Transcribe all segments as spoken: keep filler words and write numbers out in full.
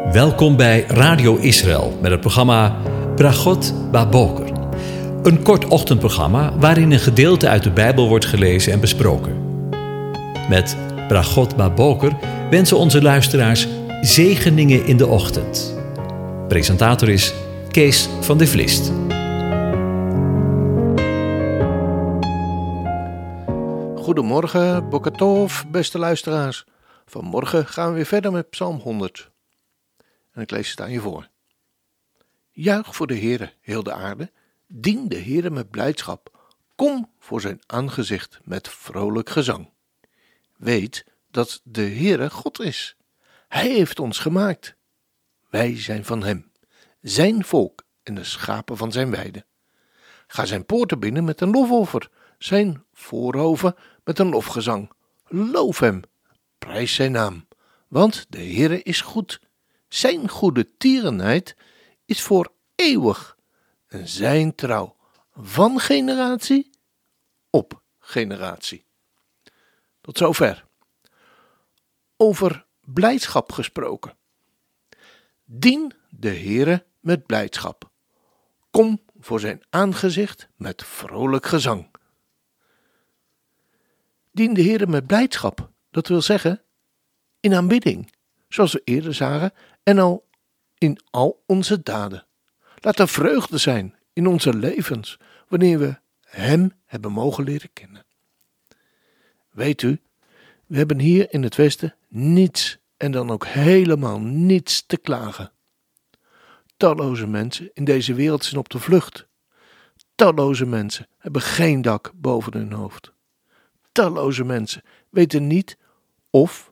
Welkom bij Radio Israël met het programma Bragot Baboker. Een kort ochtendprogramma waarin een gedeelte uit de Bijbel wordt gelezen en besproken. Met Bragot Baboker wensen onze luisteraars zegeningen in de ochtend. Presentator is Kees van de Vlist. Goedemorgen, Boker Tov, beste luisteraars. Vanmorgen gaan we weer verder met Psalm honderd. En ik lees het aan je voor. Juich voor de Heere, heel de aarde. Dien de Heere met blijdschap. Kom voor zijn aangezicht met vrolijk gezang. Weet dat de Heere God is. Hij heeft ons gemaakt. Wij zijn van hem, zijn volk en de schapen van zijn weide. Ga zijn poorten binnen met een lofoffer, zijn voorhoven met een lofgezang. Loof hem, prijs zijn naam, want de Heere is goed. Zijn goede tierenheid is voor eeuwig en zijn trouw van generatie op generatie. Tot zover. Over blijdschap gesproken. Dien de Heere met blijdschap. Kom voor zijn aangezicht met vrolijk gezang. Dien de Heere met blijdschap, dat wil zeggen in aanbidding, zoals we eerder zagen, en al in al onze daden. Laat er vreugde zijn in onze levens, wanneer we hem hebben mogen leren kennen. Weet u, we hebben hier in het Westen niets en dan ook helemaal niets te klagen. Talloze mensen in deze wereld zijn op de vlucht. Talloze mensen hebben geen dak boven hun hoofd. Talloze mensen weten niet of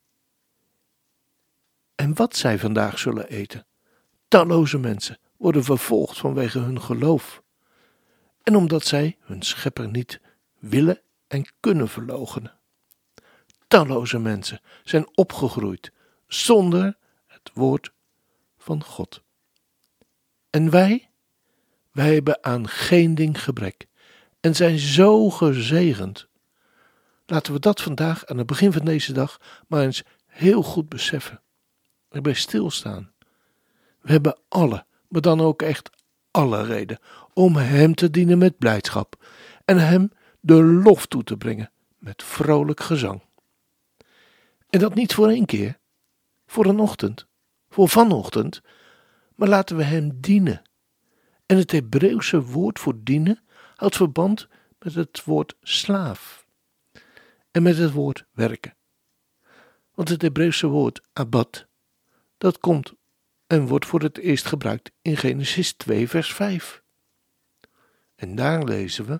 en wat zij vandaag zullen eten. Talloze mensen worden vervolgd vanwege hun geloof. En omdat zij hun schepper niet willen en kunnen verloochenen. Talloze mensen zijn opgegroeid zonder het woord van God. En wij? Wij hebben aan geen ding gebrek en zijn zo gezegend. Laten we dat vandaag aan het begin van deze dag maar eens heel goed beseffen. Erbij stilstaan. We hebben alle, maar dan ook echt alle reden om hem te dienen met blijdschap en hem de lof toe te brengen met vrolijk gezang. En dat niet voor één keer, voor een ochtend, voor vanochtend, maar laten we hem dienen. En het Hebreeuwse woord voor dienen houdt verband met het woord slaaf en met het woord werken. Want het Hebreeuwse woord abad, dat komt en wordt voor het eerst gebruikt in Genesis twee vers vijf. En daar lezen we: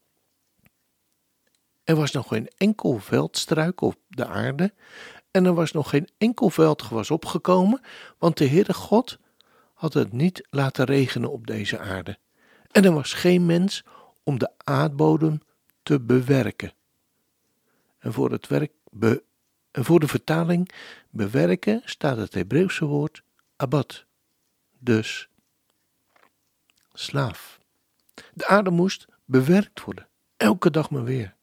er was nog geen enkel veldstruik op de aarde en er was nog geen enkel veldgewas opgekomen, want de Heere God had het niet laten regenen op deze aarde. En er was geen mens om de aardbodem te bewerken. En voor het werk be, en voor de vertaling bewerken staat het Hebreeuwse woord abad, dus slaaf. De aarde moest bewerkt worden, elke dag maar weer.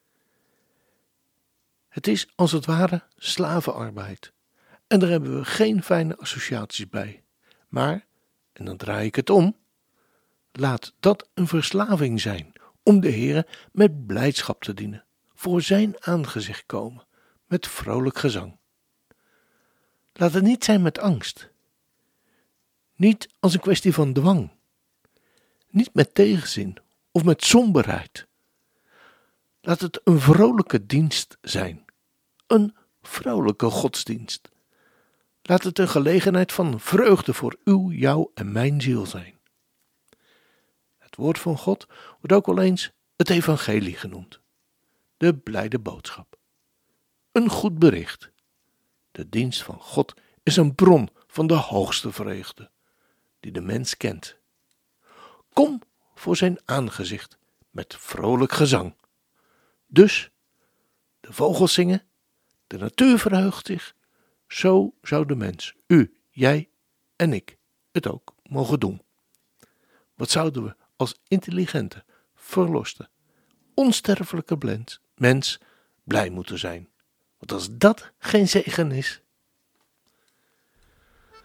Het is als het ware slavenarbeid. En daar hebben we geen fijne associaties bij. Maar, en dan draai ik het om, laat dat een verslaving zijn om de Heere met blijdschap te dienen, voor zijn aangezicht komen, met vrolijk gezang. Laat het niet zijn met angst. Niet als een kwestie van dwang. Niet met tegenzin of met somberheid. Laat het een vrolijke dienst zijn. Een vrolijke godsdienst. Laat het een gelegenheid van vreugde voor uw, jou en mijn ziel zijn. Het woord van God wordt ook wel eens het evangelie genoemd. De blijde boodschap. Een goed bericht. De dienst van God is een bron van de hoogste vreugde, die de mens kent. Kom voor zijn aangezicht met vrolijk gezang. Dus, de vogels zingen, de natuur verheugt zich, zo zou de mens, u, jij en ik, het ook mogen doen. Wat zouden we als intelligente, verloste, onsterfelijke mens blij moeten zijn. Want als dat geen zegen is.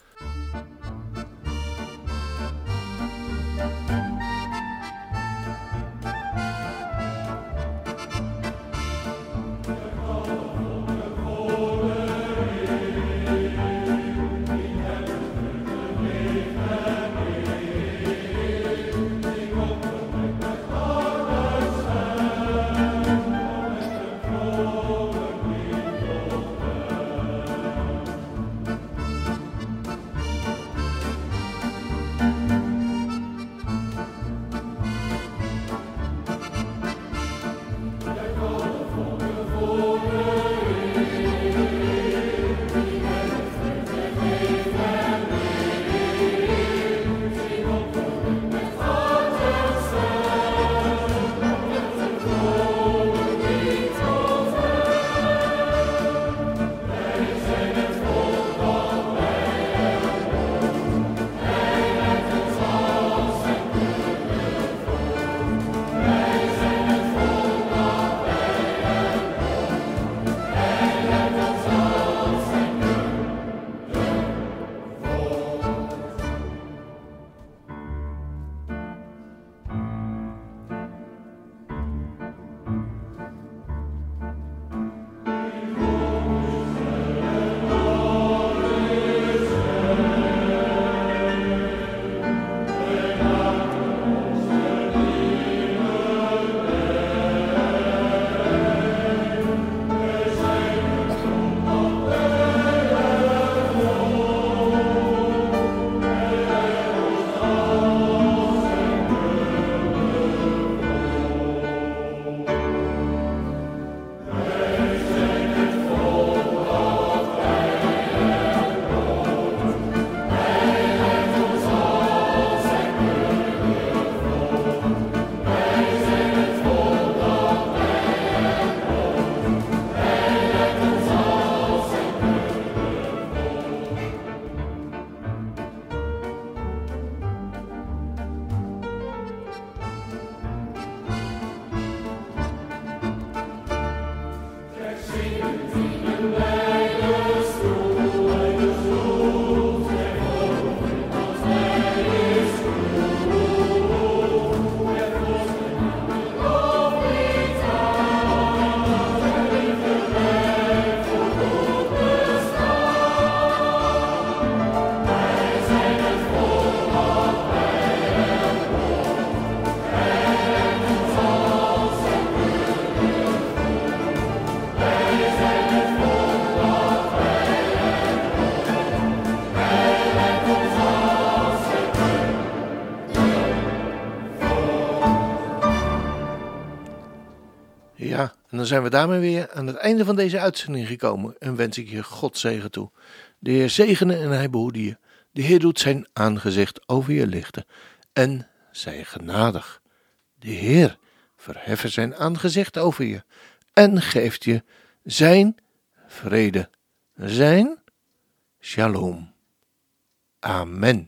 Ja, en dan zijn we daarmee weer aan het einde van deze uitzending gekomen en wens ik je God zegen toe. De Heer zegene en hij behoede je. De Heer doet zijn aangezicht over je lichten en zij genadig. De Heer verheffen zijn aangezicht over je en geeft je zijn vrede, zijn shalom. Amen.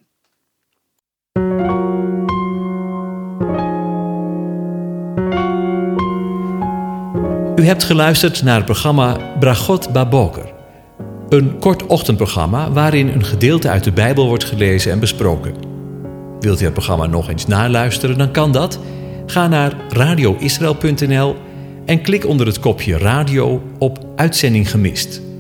U hebt geluisterd naar het programma Bragot Baboker. Een kort ochtendprogramma waarin een gedeelte uit de Bijbel wordt gelezen en besproken. Wilt u het programma nog eens naluisteren, dan kan dat. Ga naar radio israël punt n l en klik onder het kopje radio op Uitzending gemist.